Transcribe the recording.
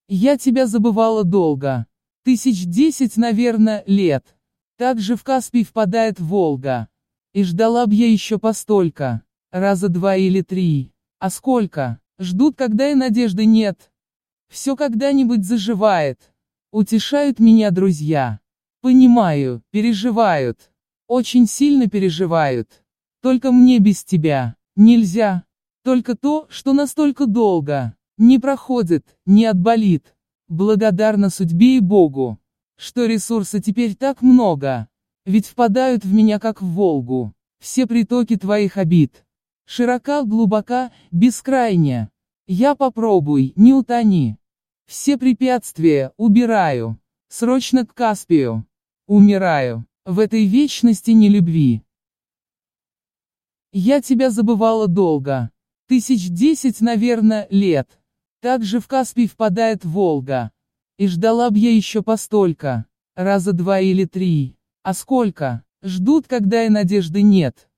Я тебя забывала долго. 1010, наверное, лет. Также в Каспий впадает Волга. И ждала б я еще постолько. Раза 2 или 3. А сколько? Ждут, когда и надежды нет. Все когда-нибудь заживает. Утешают меня друзья. Понимаю, переживают. Очень сильно переживают. Только мне без тебя нельзя. Только то, что настолько долго не проходит, не отболит. Благодарна судьбе и Богу, что ресурса теперь так много. Ведь впадают в меня как в Волгу все притоки твоих обид. Широка, глубока, бескрайняя. Я попробуй, не утони. Все препятствия убираю. Срочно к Каспию. Умираю. В этой вечности нелюбви. Я тебя забывала долго. 1010, наверное, лет. Также в Каспий впадает Волга. И ждала б я еще постолько. Раза 2 или 3. А сколько? Ждут, когда и надежды нет.